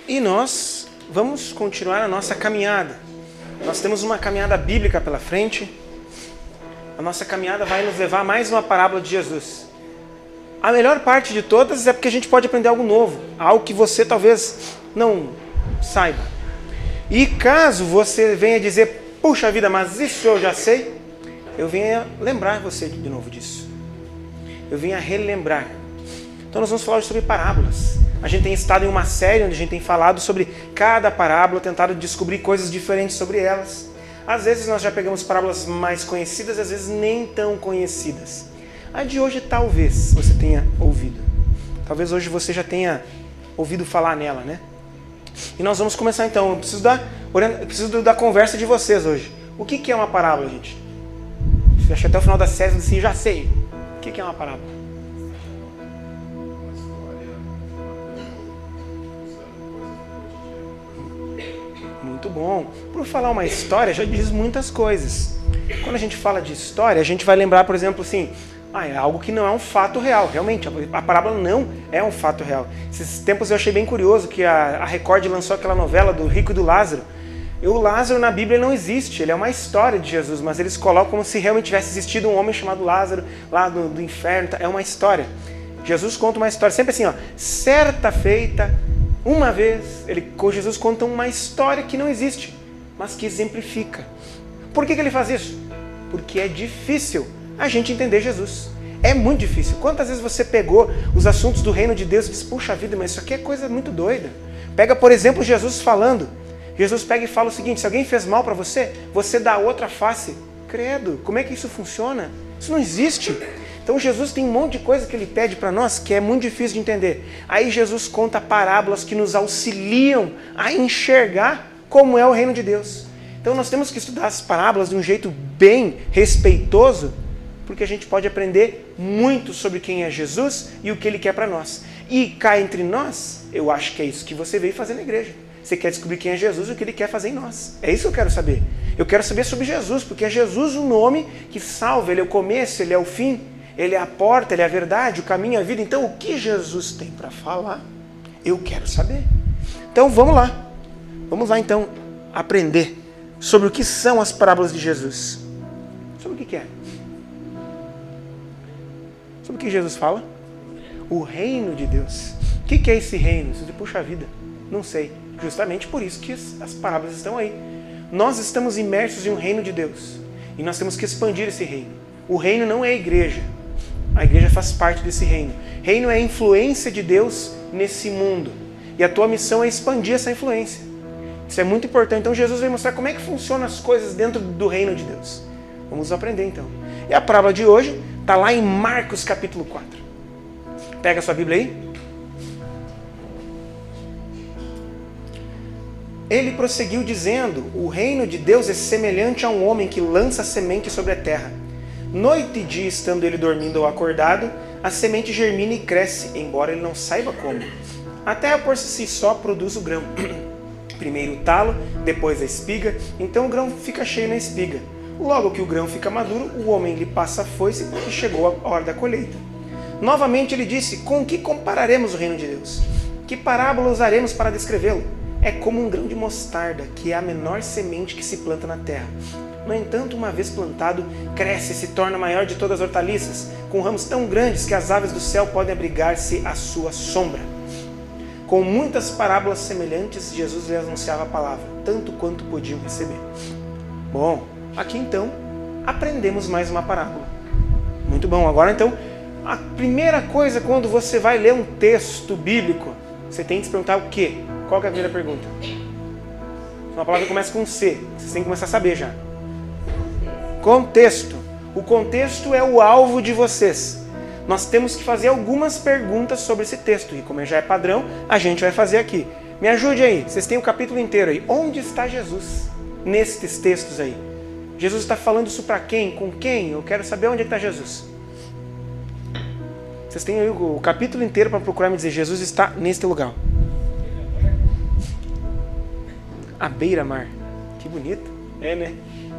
E nós vamos continuar a nossa caminhada. Nós temos uma caminhada bíblica pela frente. A nossa caminhada vai nos levar a mais uma parábola de Jesus. A melhor parte de todas é porque a gente pode aprender algo novo, algo que você talvez não saiba. E caso você venha dizer, puxa vida, mas isso eu já sei, eu venho lembrar você de novo disso. Eu venho relembrar. Então nós vamos falar sobre parábolas. A gente tem estado em uma série onde a gente tem falado sobre cada parábola, tentado descobrir coisas diferentes sobre elas. Às vezes nós já pegamos parábolas mais conhecidas, às vezes nem tão conhecidas. A de hoje talvez você tenha ouvido. Talvez hoje você já tenha ouvido falar nela, né? E nós vamos começar então. Eu preciso da conversa de vocês hoje. O que é uma parábola, gente? Você acha até o final da série assim, já sei. O que é uma parábola? Muito bom. Por falar uma história, já diz muitas coisas. Quando a gente fala de história, a gente vai lembrar, por exemplo, assim, é algo que não é um fato real. Realmente, a parábola não é um fato real. Esses tempos eu achei bem curioso que a Record lançou aquela novela do Rico e do Lázaro. E o Lázaro na Bíblia não existe, ele é uma história de Jesus, mas eles colocam como se realmente tivesse existido um homem chamado Lázaro lá do inferno. É uma história. Jesus conta uma história, sempre assim, certa feita, uma vez, Jesus conta uma história que não existe, mas que exemplifica. Por que ele faz isso? Porque é difícil a gente entender Jesus. É muito difícil. Quantas vezes você pegou os assuntos do reino de Deus e disse, puxa vida, mas isso aqui é coisa muito doida. Pega, por exemplo, Jesus falando. Jesus pega e fala o seguinte, se alguém fez mal para você, você dá outra face. Credo, como é que isso funciona? Isso não existe. Então Jesus tem um monte de coisa que ele pede para nós que é muito difícil de entender. Aí Jesus conta parábolas que nos auxiliam a enxergar como é o reino de Deus. Então nós temos que estudar as parábolas de um jeito bem respeitoso, porque a gente pode aprender muito sobre quem é Jesus e o que ele quer para nós. E cá entre nós, eu acho que é isso que você veio fazer na igreja. Você quer descobrir quem é Jesus e o que ele quer fazer em nós. É isso que eu quero saber. Eu quero saber sobre Jesus, porque é Jesus o nome que salva. Ele é o começo, ele é o fim. Ele é a porta, ele é a verdade, o caminho, a vida. Então, o que Jesus tem para falar, eu quero saber. Então, vamos lá. Vamos lá, então, aprender sobre o que são as parábolas de Jesus. Sobre o que é? Sobre o que Jesus fala? O reino de Deus. O que é esse reino? Você diz, puxa vida, não sei. Justamente por isso que as parábolas estão aí. Nós estamos imersos em um reino de Deus. E nós temos que expandir esse reino. O reino não é a igreja. A igreja faz parte desse reino. Reino é a influência de Deus nesse mundo. E a tua missão é expandir essa influência. Isso é muito importante. Então Jesus vai mostrar como é que funcionam as coisas dentro do reino de Deus. Vamos aprender então. E a parábola de hoje está lá em Marcos capítulo 4. Pega a sua Bíblia aí. Ele prosseguiu dizendo, o reino de Deus é semelhante a um homem que lança semente sobre a terra. Noite e dia, estando ele dormindo ou acordado, a semente germina e cresce, embora ele não saiba como. A terra por si só produz o grão. Primeiro o talo, depois a espiga, então o grão fica cheio na espiga. Logo que o grão fica maduro, o homem lhe passa a foice, porque chegou a hora da colheita. Novamente ele disse, com que compararemos o reino de Deus? Que parábola usaremos para descrevê-lo? É como um grão de mostarda, que é a menor semente que se planta na terra. No entanto, uma vez plantado, cresce e se torna maior de todas as hortaliças, com ramos tão grandes que as aves do céu podem abrigar-se à sua sombra. Com muitas parábolas semelhantes, Jesus lhes anunciava a palavra, tanto quanto podiam receber. Bom, aqui então, aprendemos mais uma parábola. Muito bom, agora então, a primeira coisa quando você vai ler um texto bíblico, você tem que se perguntar o quê? Qual que é a primeira pergunta? Uma palavra que começa com C, você tem que começar a saber já. Contexto. O contexto é o alvo de vocês. Nós temos que fazer algumas perguntas sobre esse texto. E como já é padrão, a gente vai fazer aqui. Me ajude aí. Vocês têm o capítulo inteiro aí. Onde está Jesus? Nestes textos aí. Jesus está falando isso para quem? Com quem? Eu quero saber onde está Jesus. Vocês têm aí o capítulo inteiro para procurar me dizer. Jesus está neste lugar. À beira-mar. Que bonito. É, né?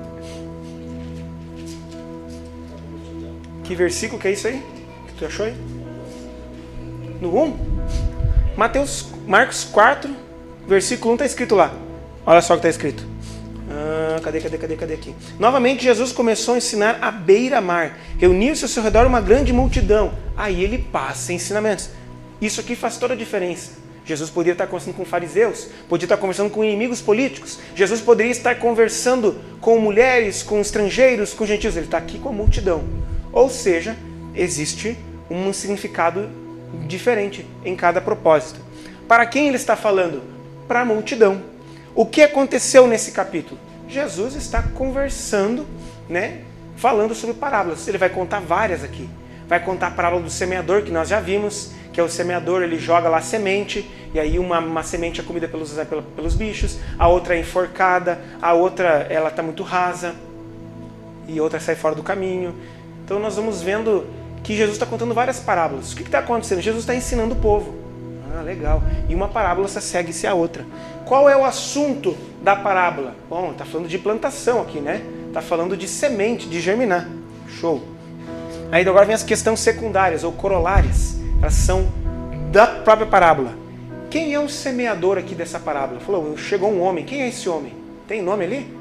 Que versículo que é isso aí? Que tu achou aí? No 1? Marcos 4, versículo 1 está escrito lá. Olha só o que está escrito. Cadê aqui? Novamente Jesus começou a ensinar à beira-mar. Reuniu-se ao seu redor uma grande multidão. Aí ele passa ensinamentos. Isso aqui faz toda a diferença. Jesus poderia estar conversando com fariseus, poderia estar conversando com inimigos políticos. Jesus poderia estar conversando com mulheres, com estrangeiros, com gentios. Ele está aqui com a multidão. Ou seja, existe um significado diferente em cada propósito. Para quem ele está falando? Para a multidão. O que aconteceu nesse capítulo? Jesus está conversando, falando sobre parábolas. Ele vai contar várias aqui. Vai contar a parábola do semeador, que nós já vimos, que é o semeador, ele joga lá a semente, e aí uma semente é comida pelos bichos, a outra é enforcada, a outra ela está muito rasa, e outra sai fora do caminho. Então nós vamos vendo que Jesus está contando várias parábolas. O que está acontecendo? Jesus está ensinando o povo. Legal. E uma parábola segue-se a outra. Qual é o assunto da parábola? Bom, está falando de plantação aqui, Está falando de semente, de germinar. Show. Aí agora vem as questões secundárias ou corolárias. Elas são da própria parábola. Quem é o semeador aqui dessa parábola? Falou, chegou um homem. Quem é esse homem? Tem nome ali?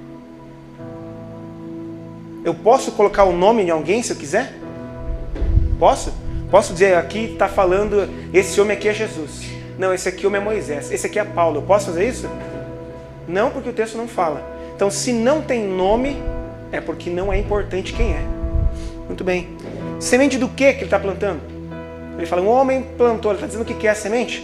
Eu posso colocar o nome de alguém se eu quiser? Posso? Posso dizer, aqui está falando, esse homem aqui é Jesus. Não, esse aqui homem é Moisés. Esse aqui é Paulo. Eu posso fazer isso? Não, porque o texto não fala. Então, se não tem nome, é porque não é importante quem é. Muito bem. Semente do que ele está plantando? Ele fala, um homem plantou. Ele está dizendo o que é a semente?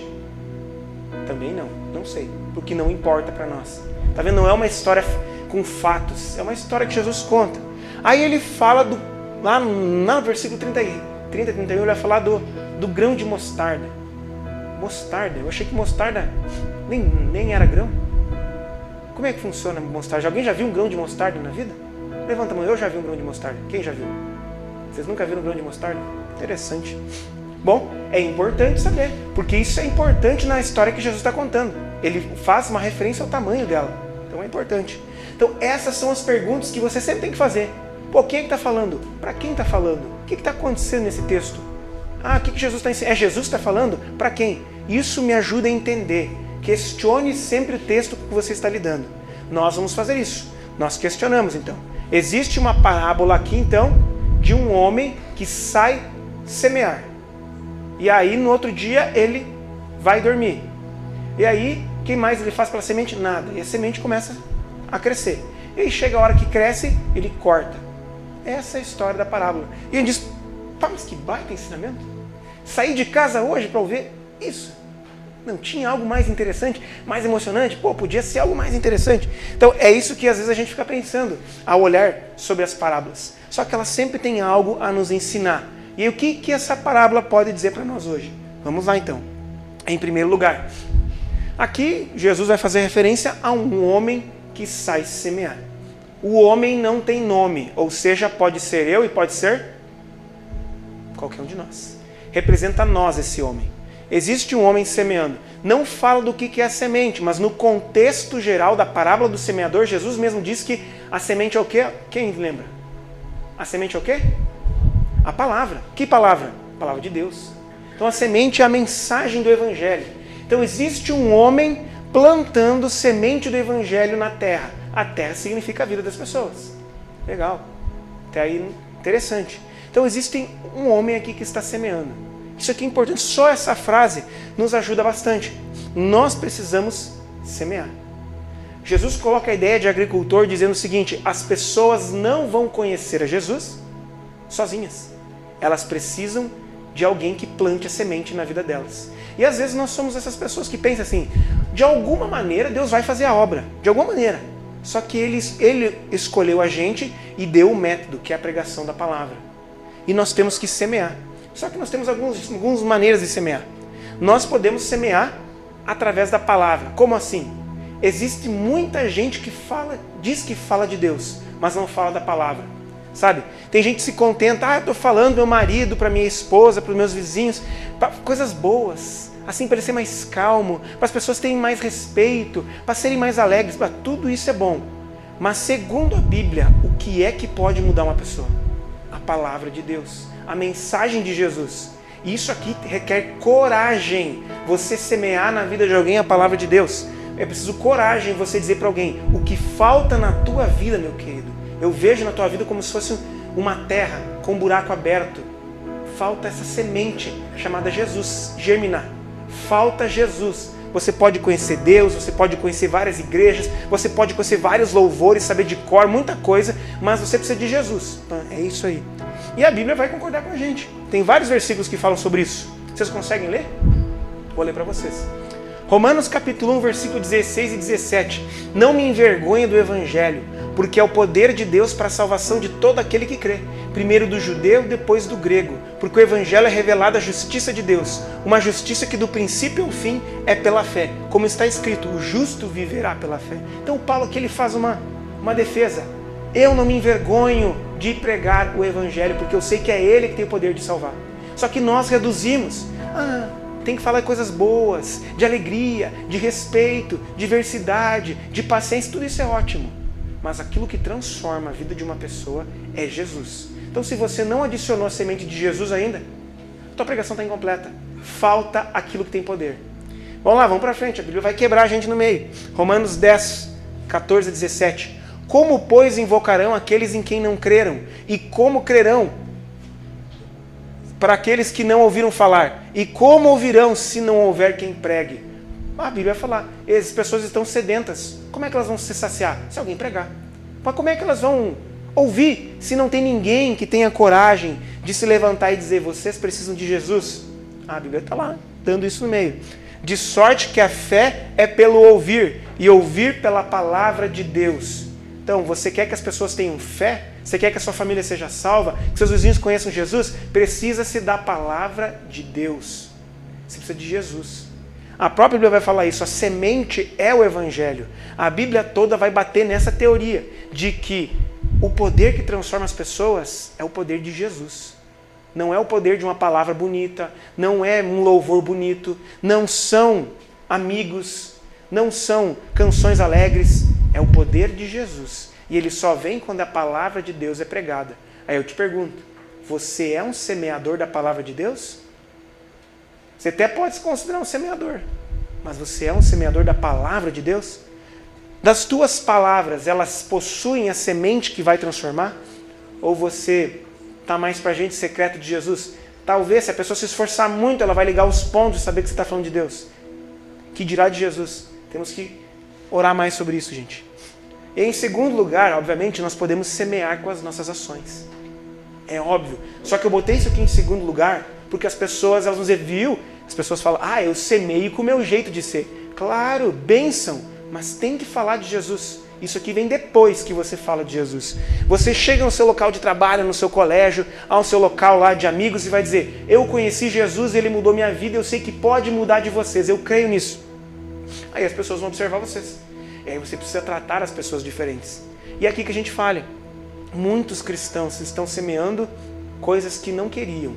Também não. Não sei. Porque não importa para nós. Está vendo? Não é uma história com fatos. É uma história que Jesus conta. Aí ele fala, lá no versículo 31, ele vai falar do grão de mostarda. Mostarda? Eu achei que mostarda nem era grão. Como é que funciona mostarda? Alguém já viu um grão de mostarda na vida? Levanta a mão, eu já vi um grão de mostarda. Quem já viu? Vocês nunca viram um grão de mostarda? Interessante. Bom, é importante saber, porque isso é importante na história que Jesus está contando. Ele faz uma referência ao tamanho dela. Então é importante. Então essas são as perguntas que você sempre tem que fazer. Pô, quem é que está falando? Para quem está falando? O que está acontecendo nesse texto? O que Jesus está ensinando? É Jesus que está falando? Para quem? Isso me ajuda a entender. Questione sempre o texto que você está lidando. Nós vamos fazer isso. Nós questionamos, então. Existe uma parábola aqui, então, de um homem que sai semear. E aí, no outro dia, ele vai dormir. E aí, o que mais ele faz pela semente? Nada. E a semente começa a crescer. E aí, chega a hora que cresce, ele corta. Essa é a história da parábola. E ele diz, mas que baita ensinamento. Saí de casa hoje para ouvir isso. Não tinha algo mais interessante, mais emocionante? Podia ser algo mais interessante. Então, é isso que às vezes a gente fica pensando ao olhar sobre as parábolas. Só que elas sempre têm algo a nos ensinar. E aí, o que essa parábola pode dizer para nós hoje? Vamos lá, então. Em primeiro lugar, aqui Jesus vai fazer referência a um homem que sai semear. O homem não tem nome, ou seja, pode ser eu e pode ser qualquer um de nós. Representa nós esse homem. Existe um homem semeando. Não fala do que é a semente, mas no contexto geral da parábola do semeador, Jesus mesmo diz que a semente é o quê? Quem lembra? A semente é o quê? A palavra. Que palavra? A palavra de Deus. Então a semente é a mensagem do Evangelho. Então existe um homem plantando semente do Evangelho na terra. A terra significa a vida das pessoas. Legal. Até aí, interessante. Então existe um homem aqui que está semeando. Isso aqui é importante. Só essa frase nos ajuda bastante. Nós precisamos semear. Jesus coloca a ideia de agricultor dizendo o seguinte: as pessoas não vão conhecer a Jesus sozinhas. Elas precisam de alguém que plante a semente na vida delas. E às vezes nós somos essas pessoas que pensam assim, de alguma maneira Deus vai fazer a obra. De alguma maneira. Só que Ele escolheu a gente e deu o método, que é a pregação da palavra. E nós temos que semear. Só que nós temos algumas maneiras de semear. Nós podemos semear através da palavra. Como assim? Existe muita gente que diz que fala de Deus, mas não fala da palavra. Sabe? Tem gente que se contenta, eu estou falando do meu marido, para minha esposa, para os meus vizinhos, para coisas boas, assim para ele ser mais calmo, para as pessoas terem mais respeito, para serem mais alegres, para tudo isso é bom. Mas segundo a Bíblia, o que é que pode mudar uma pessoa? A palavra de Deus, a mensagem de Jesus. Isso aqui requer coragem, você semear na vida de alguém a palavra de Deus. é preciso coragem você dizer para alguém o que falta na tua vida, meu querido. Eu vejo na tua vida como se fosse uma terra com um buraco aberto. Falta essa semente chamada Jesus germinar. Falta Jesus. Você pode conhecer Deus, você pode conhecer várias igrejas, você pode conhecer vários louvores, saber de cor, muita coisa, mas você precisa de Jesus. É isso aí. E a Bíblia vai concordar com a gente. Tem vários versículos que falam sobre isso. Vocês conseguem ler? Vou ler para vocês. Romanos capítulo 1, versículo 16 e 17. Não me envergonhe do Evangelho, porque é o poder de Deus para a salvação de todo aquele que crê. Primeiro do judeu, depois do grego. Porque o Evangelho é revelado a justiça de Deus. Uma justiça que do princípio ao fim é pela fé. Como está escrito, o justo viverá pela fé. Então Paulo aqui ele faz uma defesa. Eu não me envergonho de pregar o Evangelho, porque eu sei que é Ele que tem o poder de salvar. Só que nós reduzimos. Tem que falar coisas boas, de alegria, de respeito, diversidade, de paciência, tudo isso é ótimo. Mas aquilo que transforma a vida de uma pessoa é Jesus. Então se você não adicionou a semente de Jesus ainda, a tua pregação está incompleta. Falta aquilo que tem poder. Vamos lá, vamos para frente, a Bíblia vai quebrar a gente no meio. Romanos 10, 14 a 17. Como, pois, invocarão aqueles em quem não creram? E como crerão para aqueles que não ouviram falar? E como ouvirão se não houver quem pregue? A Bíblia vai falar, essas pessoas estão sedentas. Como é que elas vão se saciar? Se alguém pregar. Mas como é que elas vão ouvir se não tem ninguém que tenha coragem de se levantar e dizer, vocês precisam de Jesus? A Bíblia está lá, dando isso no meio. De sorte que a fé é pelo ouvir, e ouvir pela palavra de Deus. Então, você quer que as pessoas tenham fé? Você quer que a sua família seja salva? Que seus vizinhos conheçam Jesus? Precisa-se da palavra de Deus. Você precisa de Jesus. A própria Bíblia vai falar isso. A semente é o Evangelho. A Bíblia toda vai bater nessa teoria de que o poder que transforma as pessoas é o poder de Jesus. Não é o poder de uma palavra bonita, não é um louvor bonito, não são amigos, não são canções alegres. É o poder de Jesus. E ele só vem quando a palavra de Deus é pregada. Aí eu te pergunto, você é um semeador da palavra de Deus? Você até pode se considerar um semeador, mas você é um semeador da palavra de Deus? Das tuas palavras, elas possuem a semente que vai transformar? Ou você está mais para agente secreto de Jesus? Talvez, se a pessoa se esforçar muito, ela vai ligar os pontos e saber que você está falando de Deus. Que dirá de Jesus? Temos que orar mais sobre isso, gente. E em segundo lugar, obviamente, nós podemos semear com as nossas ações. É óbvio. Só que eu botei isso aqui em segundo lugar porque as pessoas, elas nos viu, as pessoas falam, eu semeio com o meu jeito de ser. Claro, bênção, mas tem que falar de Jesus. Isso aqui vem depois que você fala de Jesus. Você chega no seu local de trabalho, no seu colégio, ao seu local lá de amigos e vai dizer, eu conheci Jesus, ele mudou minha vida, eu sei que pode mudar de vocês, eu creio nisso. Aí as pessoas vão observar vocês. E aí você precisa tratar as pessoas diferentes. E é aqui que a gente falha. Muitos cristãos estão semeando coisas que não queriam.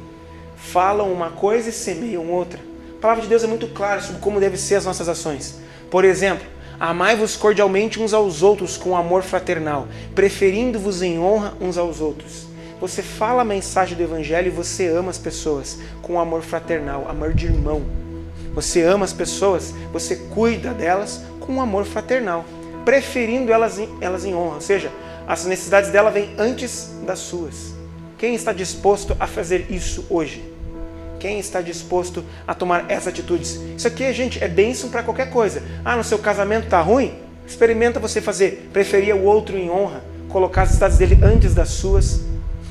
Falam uma coisa e semeiam outra. A palavra de Deus é muito clara sobre como devem ser as nossas ações. Por exemplo, amai-vos cordialmente uns aos outros com amor fraternal, preferindo-vos em honra uns aos outros. Você fala a mensagem do Evangelho e você ama as pessoas com amor fraternal, amor de irmão. Você ama as pessoas, você cuida delas com amor fraternal, preferindo elas em honra. Ou seja, as necessidades dela vêm antes das suas. Quem está disposto a fazer isso hoje? Quem está disposto a tomar essas atitudes? Isso aqui, gente, é bênção para qualquer coisa. No seu casamento está ruim? Experimenta você fazer. Preferir o outro em honra. Colocar as necessidades dele antes das suas.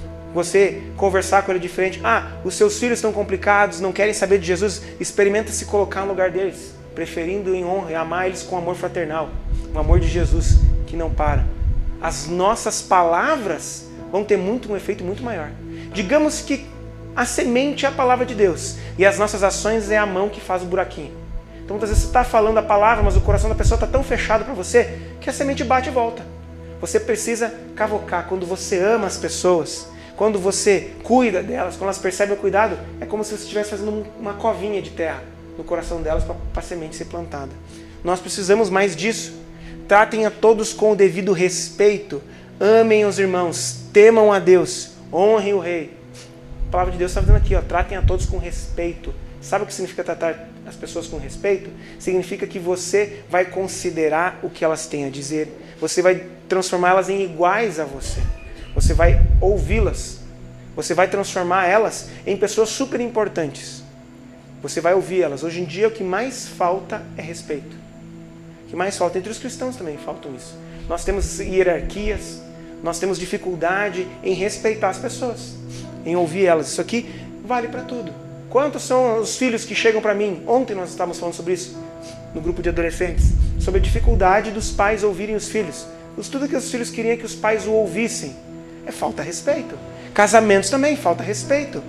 Você conversar com ele diferente. Os seus filhos estão complicados, não querem saber de Jesus. Experimenta se colocar no lugar deles. Preferindo em honra e amar eles com amor fraternal. O amor de Jesus que não para. As nossas palavras vão ter um efeito muito maior. Digamos que a semente é a palavra de Deus e as nossas ações é a mão que faz o buraquinho. Então muitas vezes você está falando a palavra, mas o coração da pessoa está tão fechado para você que a semente bate e volta. Você precisa cavocar. Quando você ama as pessoas, quando você cuida delas, quando elas percebem o cuidado, é como se você estivesse fazendo uma covinha de terra no coração delas para a semente ser plantada. Nós precisamos mais disso. Tratem a todos com o devido respeito. Amem os irmãos, temam a Deus, honrem o rei. A palavra de Deus está dizendo aqui, tratem a todos com respeito. Sabe o que significa tratar as pessoas com respeito? Significa que você vai considerar o que elas têm a dizer. Você vai transformá-las em iguais a você. Você vai ouvi-las. Você vai transformar elas em pessoas super importantes. Você vai ouvir elas. Hoje em dia o que mais falta é respeito. O que mais falta, entre os cristãos também faltam isso. Nós temos hierarquias, nós temos dificuldade em respeitar as pessoas, em ouvir elas. Isso aqui vale para tudo. Quantos são os filhos que chegam para mim? Ontem nós estávamos falando sobre isso, no grupo de adolescentes, sobre a dificuldade dos pais ouvirem os filhos. Tudo que os filhos queriam que os pais o ouvissem. É falta de respeito. Casamentos também, falta de respeito.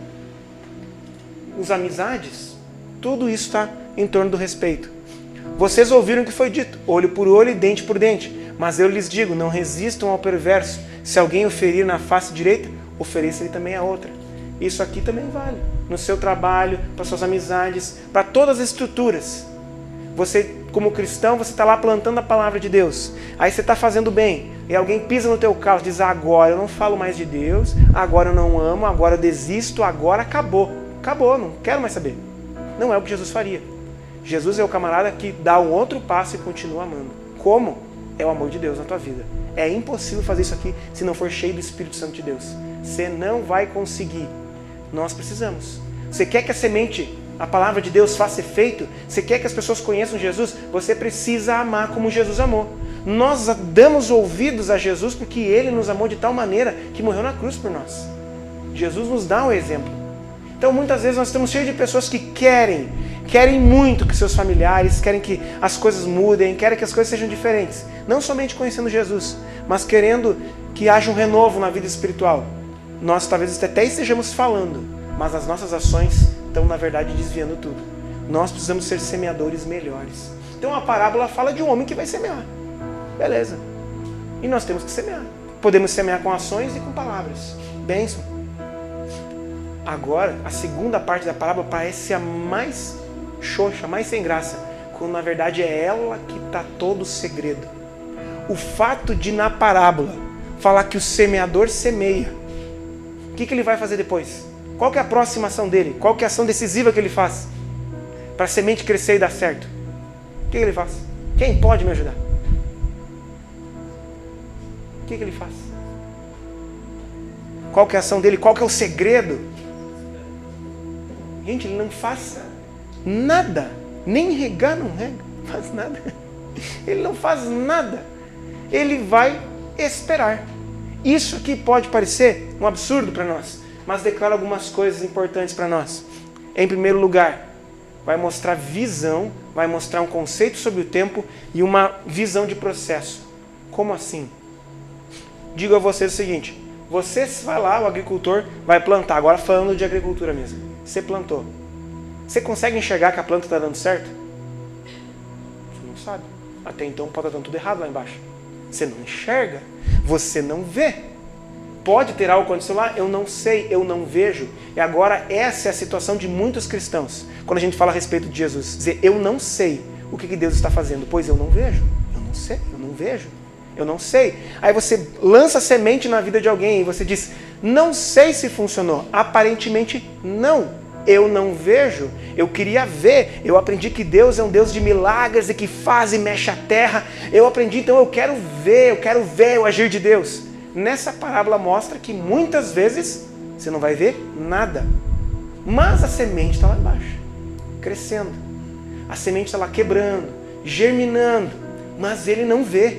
As amizades, tudo isso está em torno do respeito. Vocês ouviram o que foi dito, olho por olho e dente por dente. Mas eu lhes digo, não resistam ao perverso. Se alguém o ferir na face direita, ofereça-lhe também a outra. Isso aqui também vale. No seu trabalho, para suas amizades, para todas as estruturas. Você, como cristão, você está lá plantando a palavra de Deus. Aí você está fazendo bem. E alguém pisa no teu carro e diz, agora eu não falo mais de Deus, agora eu não amo, agora eu desisto, agora acabou. Acabou, não quero mais saber. Não é o que Jesus faria. Jesus é o camarada que dá um outro passo e continua amando. Como? É o amor de Deus na tua vida. É impossível fazer isso aqui se não for cheio do Espírito Santo de Deus. Você não vai conseguir. Nós precisamos. Você quer que a semente, a palavra de Deus faça efeito? Você quer que as pessoas conheçam Jesus? Você precisa amar como Jesus amou. Nós damos ouvidos a Jesus porque Ele nos amou de tal maneira que morreu na cruz por nós. Jesus nos dá um exemplo. Então muitas vezes nós estamos cheios de pessoas que querem muito que seus familiares, querem que as coisas mudem, querem que as coisas sejam diferentes. Não somente conhecendo Jesus, mas querendo que haja um renovo na vida espiritual. Nós talvez até estejamos falando, mas as nossas ações estão, na verdade, desviando tudo. Nós precisamos ser semeadores melhores. Então a parábola fala de um homem que vai semear. Beleza. E nós temos que semear. Podemos semear com ações e com palavras. Bênção. Agora, a segunda parte da parábola parece a mais xoxa, mais sem graça, quando na verdade é ela que está todo o segredo. O fato de na parábola falar que o semeador semeia, o que ele vai fazer depois? Qual que é a próxima ação dele? Qual que é a ação decisiva que ele faz para a semente crescer e dar certo? O que ele faz? Quem pode me ajudar? O que ele faz? Qual que é a ação dele? Qual que é o segredo? Gente, ele não faz nada, nem regar não rega, não faz nada. Ele não faz nada. Ele vai esperar. Isso aqui pode parecer um absurdo para nós, mas declara algumas coisas importantes para nós. Em primeiro lugar, vai mostrar visão, vai mostrar um conceito sobre o tempo e uma visão de processo. Como assim? Digo a vocês o seguinte, você vai lá, o agricultor vai plantar, agora falando de agricultura mesmo. Você plantou. Você consegue enxergar que a planta está dando certo? Você não sabe. Até então pode estar dando tudo errado lá embaixo. Você não enxerga. Você não vê. Pode ter algo acontecendo lá? Eu não sei, eu não vejo. E agora essa é a situação de muitos cristãos. Quando a gente fala a respeito de Jesus. Dizer, eu não sei o que Deus está fazendo. Pois eu não vejo. Eu não sei, eu não vejo. Eu não sei. Aí você lança semente na vida de alguém e você diz, não sei se funcionou. Aparentemente não. Eu não vejo, eu queria ver, eu aprendi que Deus é um Deus de milagres e que faz e mexe a terra, eu aprendi, então eu quero ver o agir de Deus. Nessa parábola mostra que muitas vezes você não vai ver nada, mas a semente está lá embaixo, crescendo, a semente está lá quebrando, germinando, mas ele não vê.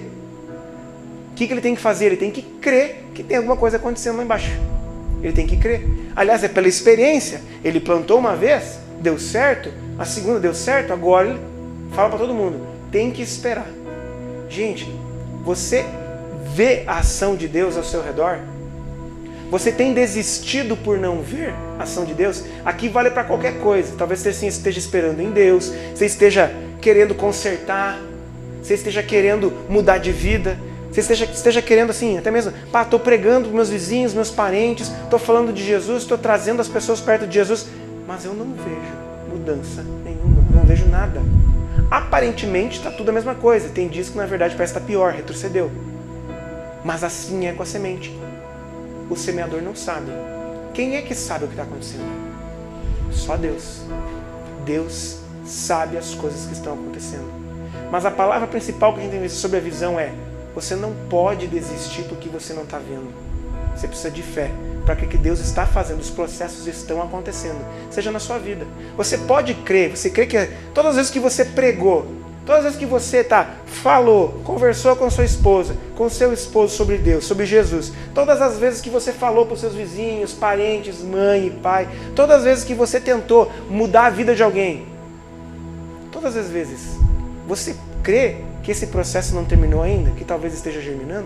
O que ele tem que fazer? Ele tem que crer que tem alguma coisa acontecendo lá embaixo. Ele tem que crer. Aliás, é pela experiência. Ele plantou uma vez, deu certo. A segunda deu certo, agora ele fala para todo mundo. Tem que esperar. Gente, você vê a ação de Deus ao seu redor? Você tem desistido por não ver a ação de Deus? Aqui vale para qualquer coisa. Talvez você esteja esperando em Deus, você esteja querendo consertar, você esteja querendo mudar de vida, você esteja querendo assim, até mesmo, estou pregando para meus vizinhos, meus parentes, estou falando de Jesus, estou trazendo as pessoas perto de Jesus, mas eu não vejo mudança nenhuma, não vejo nada. Aparentemente está tudo a mesma coisa, tem dias que na verdade parece estar pior, retrocedeu. Mas assim é com a semente. O semeador não sabe. Quem é que sabe o que está acontecendo? Só Deus. Deus sabe as coisas que estão acontecendo. Mas a palavra principal que a gente tem sobre a visão é: você não pode desistir porque você não está vendo. Você precisa de fé para que o que Deus está fazendo, os processos estão acontecendo, seja na sua vida. Você pode crer, você crê que todas as vezes que você pregou, todas as vezes que você falou, conversou com sua esposa, com seu esposo sobre Deus, sobre Jesus, todas as vezes que você falou para os seus vizinhos, parentes, mãe e pai, todas as vezes que você tentou mudar a vida de alguém, todas as vezes, você crê que esse processo não terminou ainda, que talvez esteja germinando?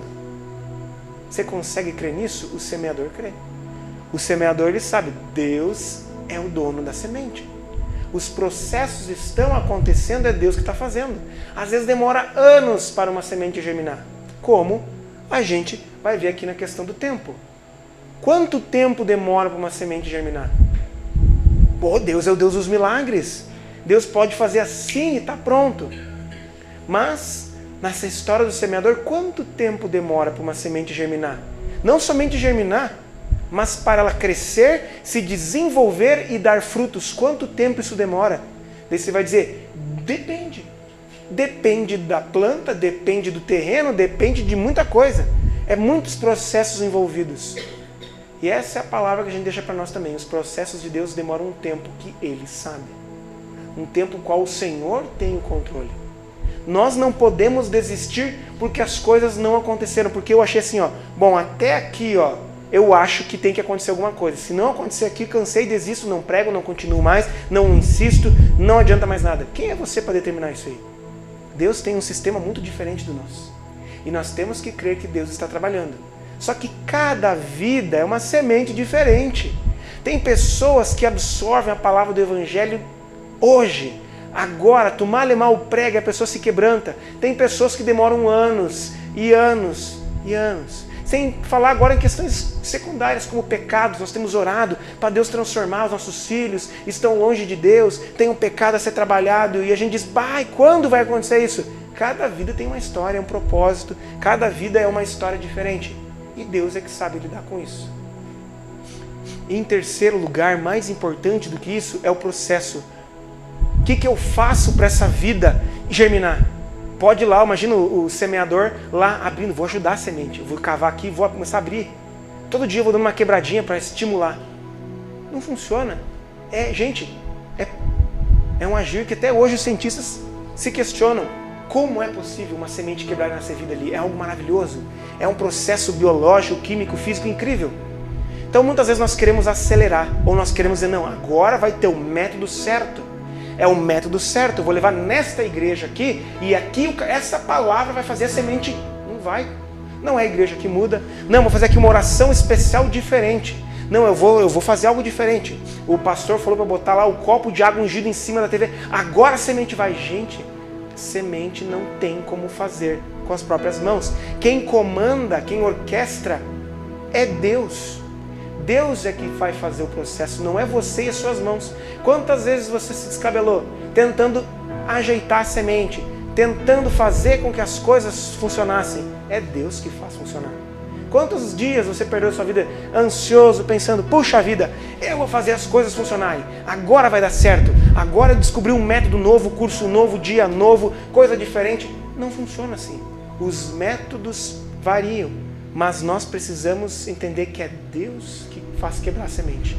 Você consegue crer nisso? O semeador crê. O semeador, ele sabe, Deus é o dono da semente. Os processos estão acontecendo, é Deus que está fazendo. Às vezes demora anos para uma semente germinar. Como a gente vai ver aqui na questão do tempo. Quanto tempo demora para uma semente germinar? Pô, Deus é o Deus dos milagres. Deus pode fazer assim e está pronto. Mas, nessa história do semeador, quanto tempo demora para uma semente germinar? Não somente germinar, mas para ela crescer, se desenvolver e dar frutos. Quanto tempo isso demora? Daí você vai dizer, depende. Depende da planta, depende do terreno, depende de muita coisa. É muitos processos envolvidos. E essa é a palavra que a gente deixa para nós também. Os processos de Deus demoram um tempo que Ele sabe. Um tempo qual o Senhor tem o controle. Nós não podemos desistir porque as coisas não aconteceram. Porque eu achei assim, bom, até aqui, eu acho que tem que acontecer alguma coisa. Se não acontecer aqui, cansei, desisto, não prego, não continuo mais, não insisto, não adianta mais nada. Quem é você para determinar isso aí? Deus tem um sistema muito diferente do nosso. E nós temos que crer que Deus está trabalhando. Só que cada vida é uma semente diferente. Tem pessoas que absorvem a palavra do Evangelho hoje, agora, tu mal e mal prega, a pessoa se quebranta. Tem pessoas que demoram anos e anos e anos. Sem falar agora em questões secundárias como pecados. Nós temos orado para Deus transformar os nossos filhos, estão longe de Deus, tem um pecado a ser trabalhado e a gente diz, pai, quando vai acontecer isso? Cada vida tem uma história, um propósito, cada vida é uma história diferente e Deus é que sabe lidar com isso. E em terceiro lugar, mais importante do que isso, é o processo. O que eu faço para essa vida germinar? Pode ir lá, imagina o semeador lá abrindo, vou ajudar a semente, eu vou cavar aqui, vou começar a abrir. Todo dia eu vou dando uma quebradinha para estimular. Não funciona. Gente, é um agir que até hoje os cientistas se questionam. Como é possível uma semente quebrar e nascer vida ali? É algo maravilhoso. É um processo biológico, químico, físico incrível. Então muitas vezes nós queremos acelerar, ou nós queremos dizer, não, agora vai ter o método certo. É o método certo, eu vou levar nesta igreja aqui, e aqui essa palavra vai fazer a semente. Não vai. Não é a igreja que muda. Não, vou fazer aqui uma oração especial diferente. Não, eu vou fazer algo diferente. O pastor falou para botar lá o copo de água ungido em cima da TV. Agora a semente vai. Gente, semente não tem como fazer com as próprias mãos. Quem comanda, quem orquestra é Deus. Deus é que vai fazer o processo, não é você e as suas mãos. Quantas vezes você se descabelou tentando ajeitar a semente, tentando fazer com que as coisas funcionassem? É Deus que faz funcionar. Quantos dias você perdeu a sua vida ansioso, pensando, puxa vida, eu vou fazer as coisas funcionarem, agora vai dar certo, agora eu descobri um método novo, curso novo, dia novo, coisa diferente. Não funciona assim. Os métodos variam. Mas nós precisamos entender que é Deus que faz quebrar a semente.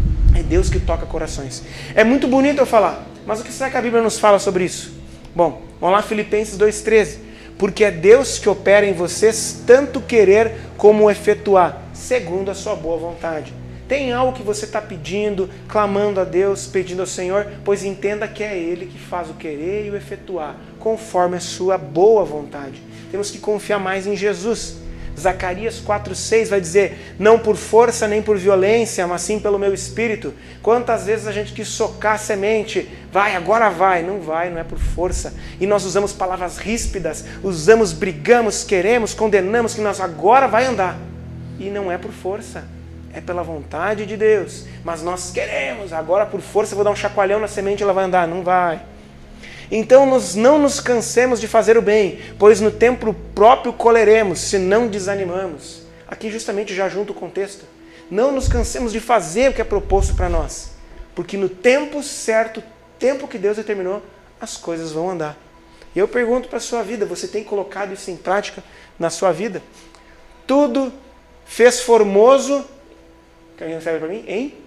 É Deus que toca corações. É muito bonito eu falar, mas o que será que a Bíblia nos fala sobre isso? Bom, vamos lá, Filipenses 2,13. Porque é Deus que opera em vocês tanto querer como efetuar, segundo a sua boa vontade. Tem algo que você está pedindo, clamando a Deus, pedindo ao Senhor, pois entenda que é Ele que faz o querer e o efetuar, conforme a sua boa vontade. Temos que confiar mais em Jesus. Zacarias 4,6 vai dizer, não por força nem por violência, mas sim pelo meu espírito. Quantas vezes a gente quis socar a semente, vai, agora vai, não é por força. E nós usamos palavras ríspidas, brigamos, queremos, condenamos que nós agora vai andar. E não é por força, é pela vontade de Deus. Mas nós queremos, agora por força eu vou dar um chacoalhão na semente e ela vai andar, não vai. Então nós não nos cansemos de fazer o bem, pois no tempo próprio colheremos, se não desanimamos. Aqui justamente já junto o contexto. Não nos cansemos de fazer o que é proposto para nós, porque no tempo certo tempo que Deus determinou, as coisas vão andar. E eu pergunto para a sua vida, você tem colocado isso em prática na sua vida? Tudo fez formoso, que alguém serve para mim?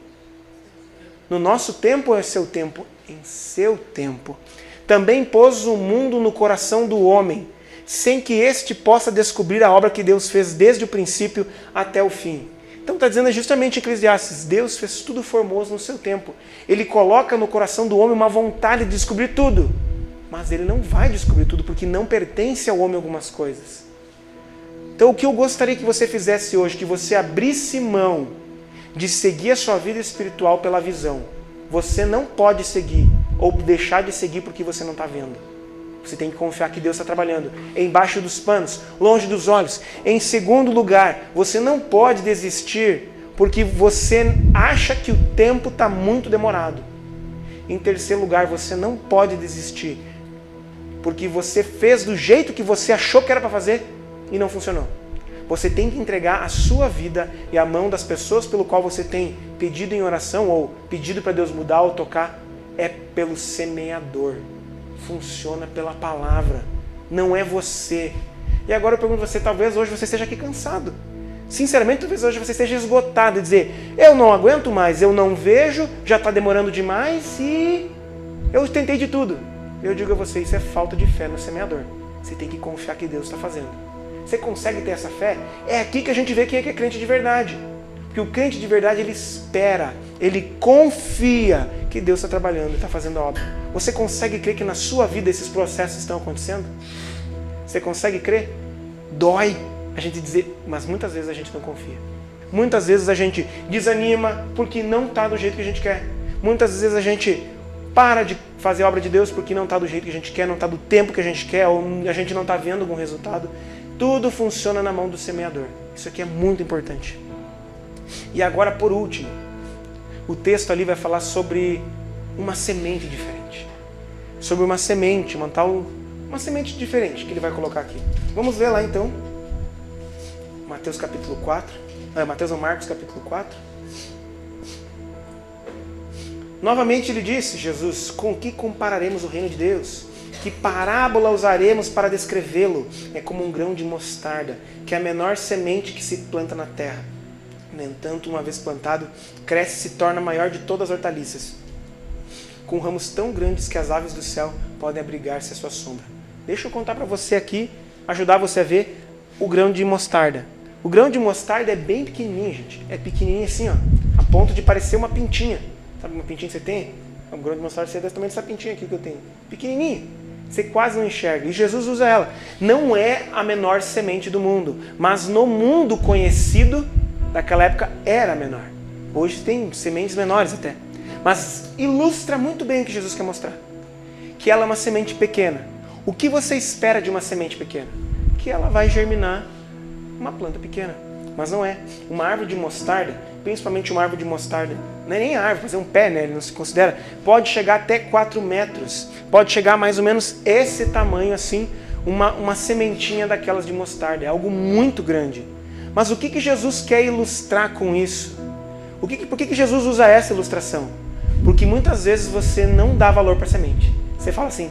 No nosso tempo ou é seu tempo? Em seu tempo. Também pôs o mundo no coração do homem, sem que este possa descobrir a obra que Deus fez desde o princípio até o fim. Então está dizendo justamente em Eclesiastes, Deus fez tudo formoso no seu tempo. Ele coloca no coração do homem uma vontade de descobrir tudo. Mas ele não vai descobrir tudo, porque não pertence ao homem algumas coisas. Então o que eu gostaria que você fizesse hoje, que você abrisse mão de seguir a sua vida espiritual pela visão. Você não pode seguir ou deixar de seguir porque você não está vendo. Você tem que confiar que Deus está trabalhando. Embaixo dos panos, longe dos olhos. Em segundo lugar, você não pode desistir porque você acha que o tempo está muito demorado. Em terceiro lugar, você não pode desistir porque você fez do jeito que você achou que era para fazer e não funcionou. Você tem que entregar a sua vida e a mão das pessoas pelo qual você tem pedido em oração ou pedido para Deus mudar ou tocar, é pelo semeador. Funciona pela palavra, não é você. E agora eu pergunto a você, talvez hoje você esteja aqui cansado. Sinceramente, talvez hoje você esteja esgotado e dizer, eu não aguento mais, eu não vejo, já está demorando demais e eu tentei de tudo. Eu digo a você, isso é falta de fé no semeador. Você tem que confiar que Deus está fazendo. Você consegue ter essa fé? É aqui que a gente vê quem é que é crente de verdade. Porque o crente de verdade, ele espera, ele confia que Deus está trabalhando e está fazendo a obra. Você consegue crer que na sua vida esses processos estão acontecendo? Você consegue crer? Dói a gente dizer, mas muitas vezes a gente não confia. Muitas vezes a gente desanima porque não está do jeito que a gente quer. Muitas vezes a gente para de fazer a obra de Deus porque não está do jeito que a gente quer, não está do tempo que a gente quer, ou a gente não está vendo algum resultado. Tudo funciona na mão do semeador. Isso aqui é muito importante. E agora, por último, o texto ali vai falar sobre uma semente diferente. Sobre uma semente, uma semente diferente que ele vai colocar aqui. Vamos ver lá então. Marcos capítulo 4. Marcos capítulo 4. Novamente ele disse, Jesus, com que compararemos o reino de Deus? Que parábola usaremos para descrevê-lo? É como um grão de mostarda, que é a menor semente que se planta na terra. No entanto, uma vez plantado, cresce e se torna a maior de todas as hortaliças, com ramos tão grandes que as aves do céu podem abrigar-se à sua sombra. Deixa eu contar para você aqui, ajudar você a ver o grão de mostarda. O grão de mostarda é bem pequenininho, gente. É pequenininho assim, ó, a ponto de parecer uma pintinha. Sabe uma pintinha que você tem? O grão de mostarda é desse tamanho dessa pintinha aqui que eu tenho. Pequenininho. Você quase não enxerga. E Jesus usa ela. Não é a menor semente do mundo, mas no mundo conhecido daquela época era menor. Hoje tem sementes menores até. Mas ilustra muito bem o que Jesus quer mostrar. Que ela é uma semente pequena. O que você espera de uma semente pequena? Que ela vai germinar uma planta pequena. Mas não é. Uma árvore de mostarda, principalmente uma árvore de mostarda, não é nem árvore, mas é um pé, né? Ele não se considera. Pode chegar até 4 metros. Pode chegar mais ou menos esse tamanho assim, uma sementinha daquelas de mostarda. É algo muito grande. Mas o que Jesus quer ilustrar com isso? Por que Jesus usa essa ilustração? Porque muitas vezes você não dá valor para a semente. Você fala assim,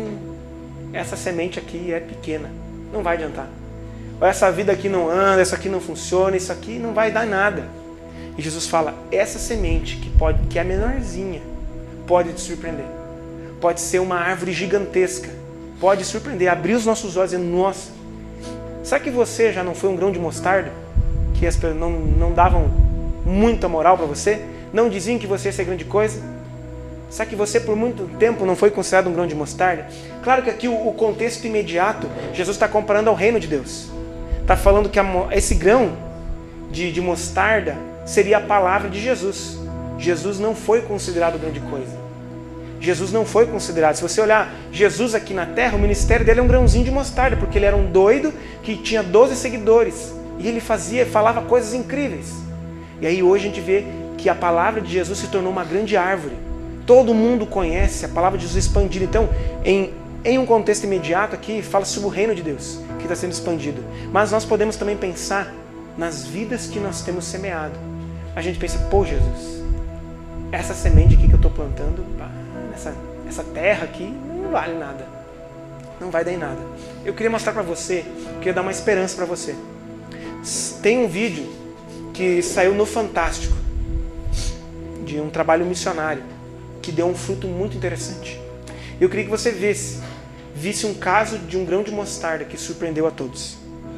essa semente aqui é pequena, não vai adiantar. Ou essa vida aqui não anda, isso aqui não funciona, isso aqui não vai dar nada. E Jesus fala, essa semente que é menorzinha, pode te surpreender. Pode ser uma árvore gigantesca, pode surpreender, abrir os nossos olhos e dizer, nossa, será que você já não foi um grão de mostarda? Que as pessoas não davam muita moral para você? Não diziam que você ia ser grande coisa? Será que você por muito tempo não foi considerado um grão de mostarda? Claro que aqui o contexto imediato, Jesus está comparando ao reino de Deus. Está falando que esse grão de mostarda seria a palavra de Jesus. Jesus não foi considerado grande coisa. Jesus não foi considerado. Se você olhar Jesus aqui na terra, o ministério dele é um grãozinho de mostarda, porque ele era um doido que tinha 12 seguidores. E ele falava coisas incríveis. E aí hoje a gente vê que a palavra de Jesus se tornou uma grande árvore. Todo mundo conhece a palavra de Jesus expandida. Então, em um contexto imediato aqui, fala sobre o reino de Deus, que está sendo expandido. Mas nós podemos também pensar nas vidas que nós temos semeado. A gente pensa, pô Jesus, essa semente aqui que eu estou plantando essa terra aqui não vale nada. Não vai dar em nada. Eu queria mostrar para você, queria dar uma esperança para você. Tem um vídeo que saiu no Fantástico, de um trabalho missionário, que deu um fruto muito interessante. Eu queria que você visse um caso de um grão de mostarda que surpreendeu a todos.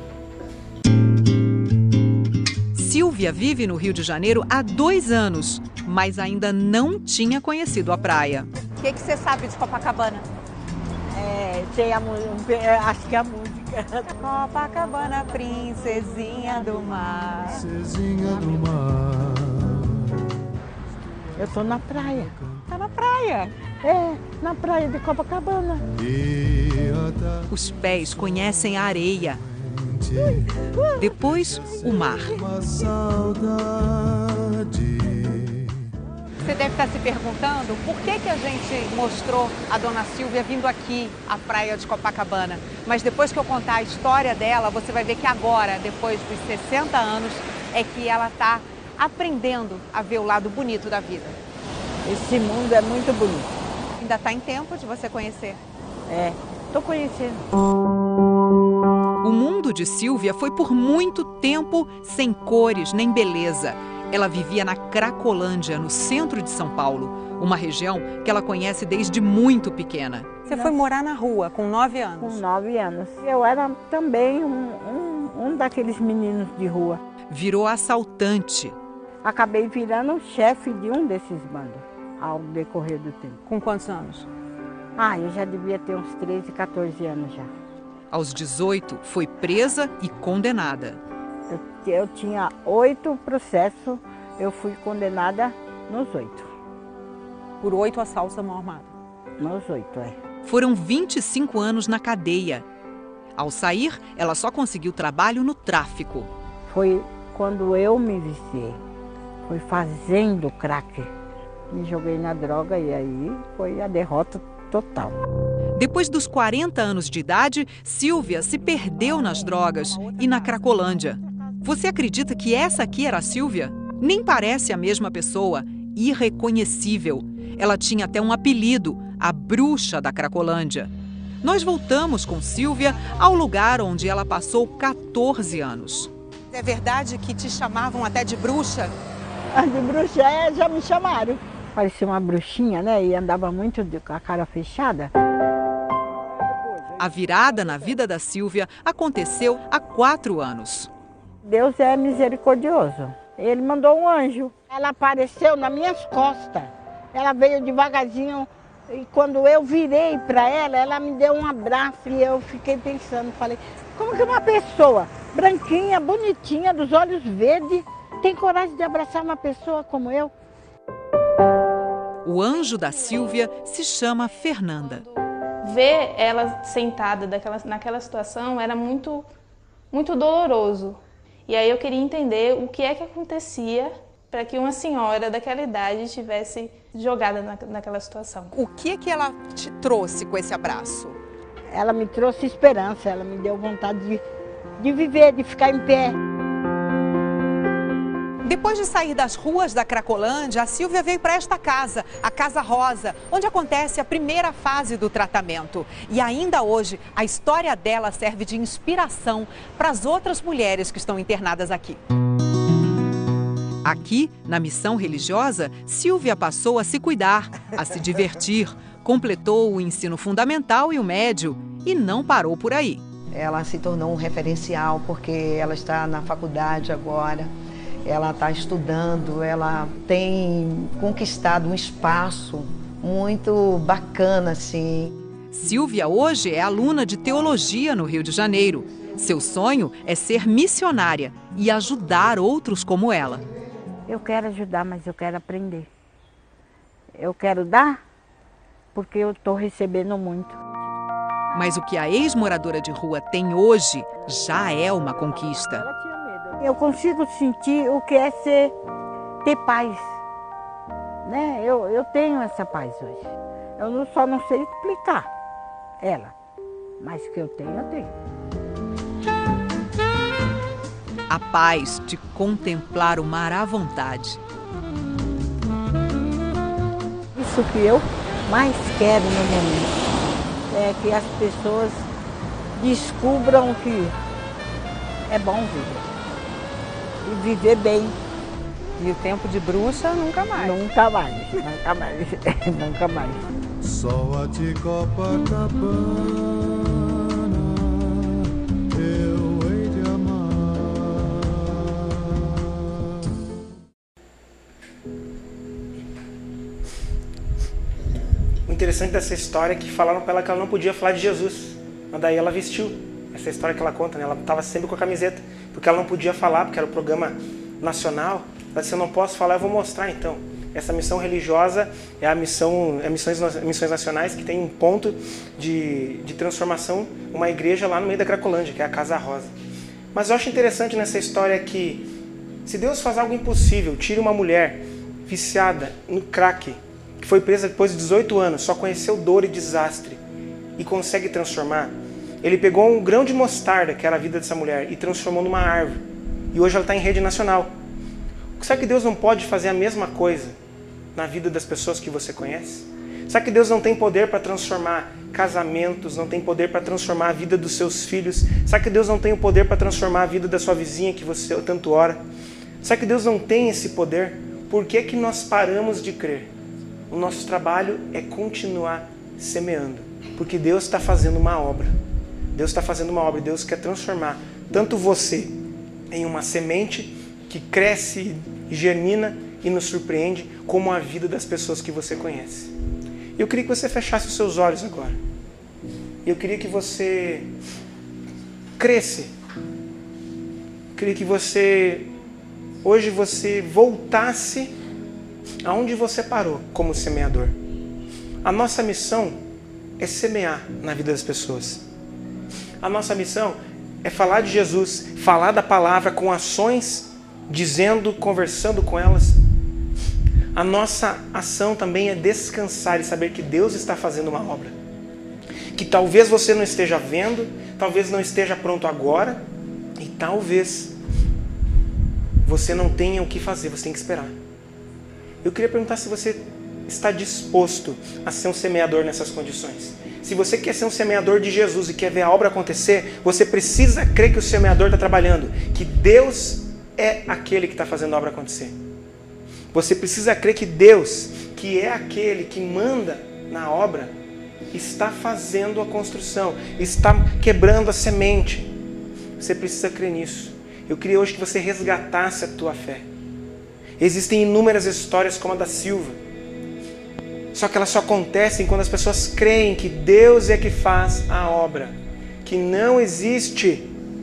Silvia vive no Rio de Janeiro há 2 anos, mas ainda não tinha conhecido a praia. O que você sabe de Copacabana? Sei acho que a música. Copacabana, princesinha do mar. Princesinha do mar. Eu tô na praia. Tá na praia. Na praia de Copacabana. Os pés conhecem a areia. Depois, o mar. Uma saudade. Você deve estar se perguntando por que a gente mostrou a dona Silvia vindo aqui à praia de Copacabana. Mas depois que eu contar a história dela, você vai ver que agora, depois dos 60 anos, é que ela está aprendendo a ver o lado bonito da vida. Esse mundo é muito bonito. Ainda está em tempo de você conhecer. Tô conhecendo. O mundo de Silvia foi por muito tempo sem cores nem beleza. Ela vivia na Cracolândia, no centro de São Paulo, uma região que ela conhece desde muito pequena. Você foi morar na rua com 9 anos? Com 9 anos. Eu era também um daqueles meninos de rua. Virou assaltante. Acabei virando chefe de um desses bandos ao decorrer do tempo. Com quantos anos? Eu já devia ter uns 13, 14 anos já. Aos 18, foi presa e condenada. Eu tinha 8 processos, eu fui condenada nos 8. Por 8 assaltos à mão armada? Nos 8, Foram 25 anos na cadeia. Ao sair, ela só conseguiu trabalho no tráfico. Foi quando eu me viciei, foi fazendo crack. Me joguei na droga e aí foi a derrota total. Depois dos 40 anos de idade, Silvia se perdeu nas drogas e na Cracolândia. Você acredita que essa aqui era a Silvia? Nem parece a mesma pessoa, irreconhecível. Ela tinha até um apelido, a bruxa da Cracolândia. Nós voltamos com Silvia ao lugar onde ela passou 14 anos. É verdade que te chamavam até de bruxa? De bruxa, já me chamaram. Parecia uma bruxinha, né? E andava muito com a cara fechada. A virada na vida da Silvia aconteceu há 4 anos. Deus é misericordioso. Ele mandou um anjo. Ela apareceu nas minhas costas. Ela veio devagarzinho e quando eu virei para ela, ela me deu um abraço e eu fiquei pensando, falei, como que uma pessoa branquinha, bonitinha, dos olhos verdes, tem coragem de abraçar uma pessoa como eu? O anjo da Silvia se chama Fernanda. Ver ela sentada naquela situação era muito, muito doloroso. E aí eu queria entender o que é que acontecia para que uma senhora daquela idade estivesse jogada naquela situação. O que ela te trouxe com esse abraço? Ela me trouxe esperança, ela me deu vontade de viver, de ficar em pé. Depois de sair das ruas da Cracolândia, a Silvia veio para esta casa, a Casa Rosa, onde acontece a primeira fase do tratamento. E ainda hoje, a história dela serve de inspiração para as outras mulheres que estão internadas aqui. Aqui, na missão religiosa, Silvia passou a se cuidar, a se divertir, completou o ensino fundamental e o médio e não parou por aí. Ela se tornou um referencial porque ela está na faculdade agora. Ela está estudando, ela tem conquistado um espaço muito bacana, assim. Silvia hoje é aluna de teologia no Rio de Janeiro. Seu sonho é ser missionária e ajudar outros como ela. Eu quero ajudar, mas eu quero aprender. Eu quero dar, porque eu estou recebendo muito. Mas o que a ex-moradora de rua tem hoje já é uma conquista. Eu consigo sentir o que é ter paz, né? Eu tenho essa paz hoje. Eu só não sei explicar ela, mas que eu tenho, eu tenho. A paz de contemplar o mar à vontade. Isso que eu mais quero no momento. É que as pessoas descubram que é bom viver. E viver bem. E o tempo de bruxa nunca mais. Nunca mais, nunca mais, nunca mais. Só a de Copacabana eu hei de amar. O interessante dessa história é que falaram para ela que ela não podia falar de Jesus. Mas daí ela vestiu. Essa história que ela conta, né? Ela estava sempre com a camiseta. Porque ela não podia falar, porque era o programa nacional. Ela disse, eu não posso falar, eu vou mostrar então. Essa missão religiosa é a Missões Nacionais, que tem um ponto de transformação, uma igreja lá no meio da Cracolândia, que é a Casa Rosa. Mas eu acho interessante nessa história que, se Deus faz algo impossível, tira uma mulher viciada no crack, que foi presa depois de 18 anos, só conheceu dor e desastre, e consegue transformar. Ele pegou um grão de mostarda, que era a vida dessa mulher, e transformou numa árvore. E hoje ela está em rede nacional. Será que Deus não pode fazer a mesma coisa na vida das pessoas que você conhece? Será que Deus não tem poder para transformar casamentos, não tem poder para transformar a vida dos seus filhos? Será que Deus não tem o poder para transformar a vida da sua vizinha que você tanto ora? Será que Deus não tem esse poder? Por que que nós paramos de crer? O nosso trabalho é continuar semeando, porque Deus está fazendo uma obra. Deus está fazendo uma obra e Deus quer transformar tanto você em uma semente que cresce, germina e nos surpreende, como a vida das pessoas que você conhece. Eu queria que você fechasse os seus olhos agora. Eu queria que você cresce. Eu queria que hoje você voltasse aonde você parou como semeador. A nossa missão é semear na vida das pessoas. A nossa missão é falar de Jesus, falar da palavra com ações, dizendo, conversando com elas. A nossa ação também é descansar e saber que Deus está fazendo uma obra. Que talvez você não esteja vendo, talvez não esteja pronto agora, e talvez você não tenha o que fazer, você tem que esperar. Eu queria perguntar se você está disposto a ser um semeador nessas condições. Se você quer ser um semeador de Jesus e quer ver a obra acontecer, você precisa crer que o semeador está trabalhando, que Deus é aquele que está fazendo a obra acontecer. Você precisa crer que Deus, que é aquele que manda na obra, está fazendo a construção, está quebrando a semente. Você precisa crer nisso. Eu queria hoje que você resgatasse a tua fé. Existem inúmeras histórias como a da Silva. Só que elas só acontecem quando as pessoas creem que Deus é que faz a obra. Que não existe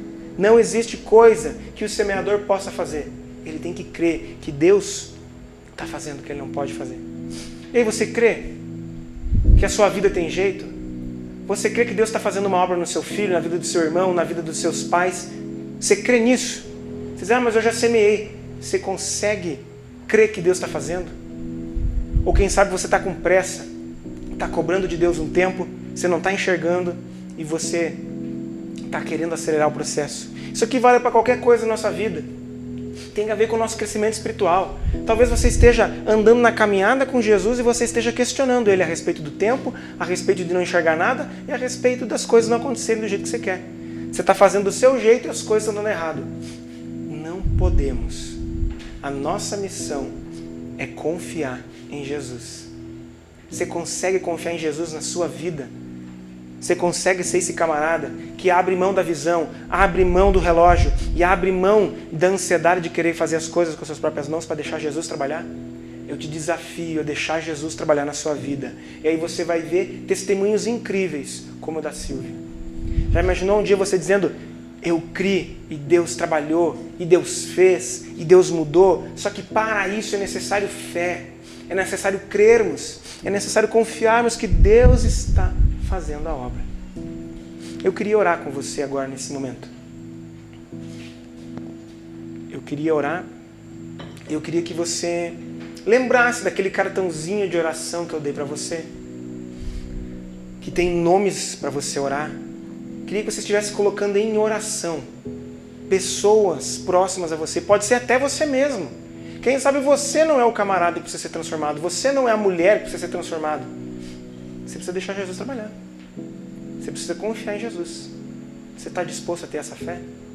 coisa que o semeador possa fazer. Ele tem que crer que Deus está fazendo o que ele não pode fazer. E aí você crê que a sua vida tem jeito? Você crê que Deus está fazendo uma obra no seu filho, na vida do seu irmão, na vida dos seus pais? Você crê nisso? Você diz, mas eu já semeei. Você consegue crer que Deus está fazendo? Ou quem sabe você está com pressa, está cobrando de Deus um tempo, você não está enxergando e você está querendo acelerar o processo. Isso aqui vale para qualquer coisa na nossa vida. Tem a ver com o nosso crescimento espiritual. Talvez você esteja andando na caminhada com Jesus e você esteja questionando Ele a respeito do tempo, a respeito de não enxergar nada e a respeito das coisas não acontecerem do jeito que você quer. Você está fazendo do seu jeito e as coisas estão dando errado. Não podemos. A nossa missão é confiar em Jesus. Você consegue confiar em Jesus na sua vida? Você consegue ser esse camarada que abre mão da visão, abre mão do relógio e abre mão da ansiedade de querer fazer as coisas com suas próprias mãos para deixar Jesus trabalhar? Eu te desafio a deixar Jesus trabalhar na sua vida. E aí você vai ver testemunhos incríveis como o da Silvia. Já imaginou um dia você dizendo, eu criei e Deus trabalhou, e Deus fez, e Deus mudou, só que para isso é necessário fé, é necessário crermos, é necessário confiarmos que Deus está fazendo a obra. Eu queria orar com você agora nesse momento. Eu queria orar, eu queria que você lembrasse daquele cartãozinho de oração que eu dei para você, que tem nomes para você orar. Queria que você estivesse colocando em oração pessoas próximas a você. Pode ser até você mesmo. Quem sabe você não é o camarada que precisa ser transformado. Você não é a mulher que precisa ser transformada. precisa deixar Jesus trabalhar. Você precisa confiar em Jesus. Você está disposto a ter essa fé?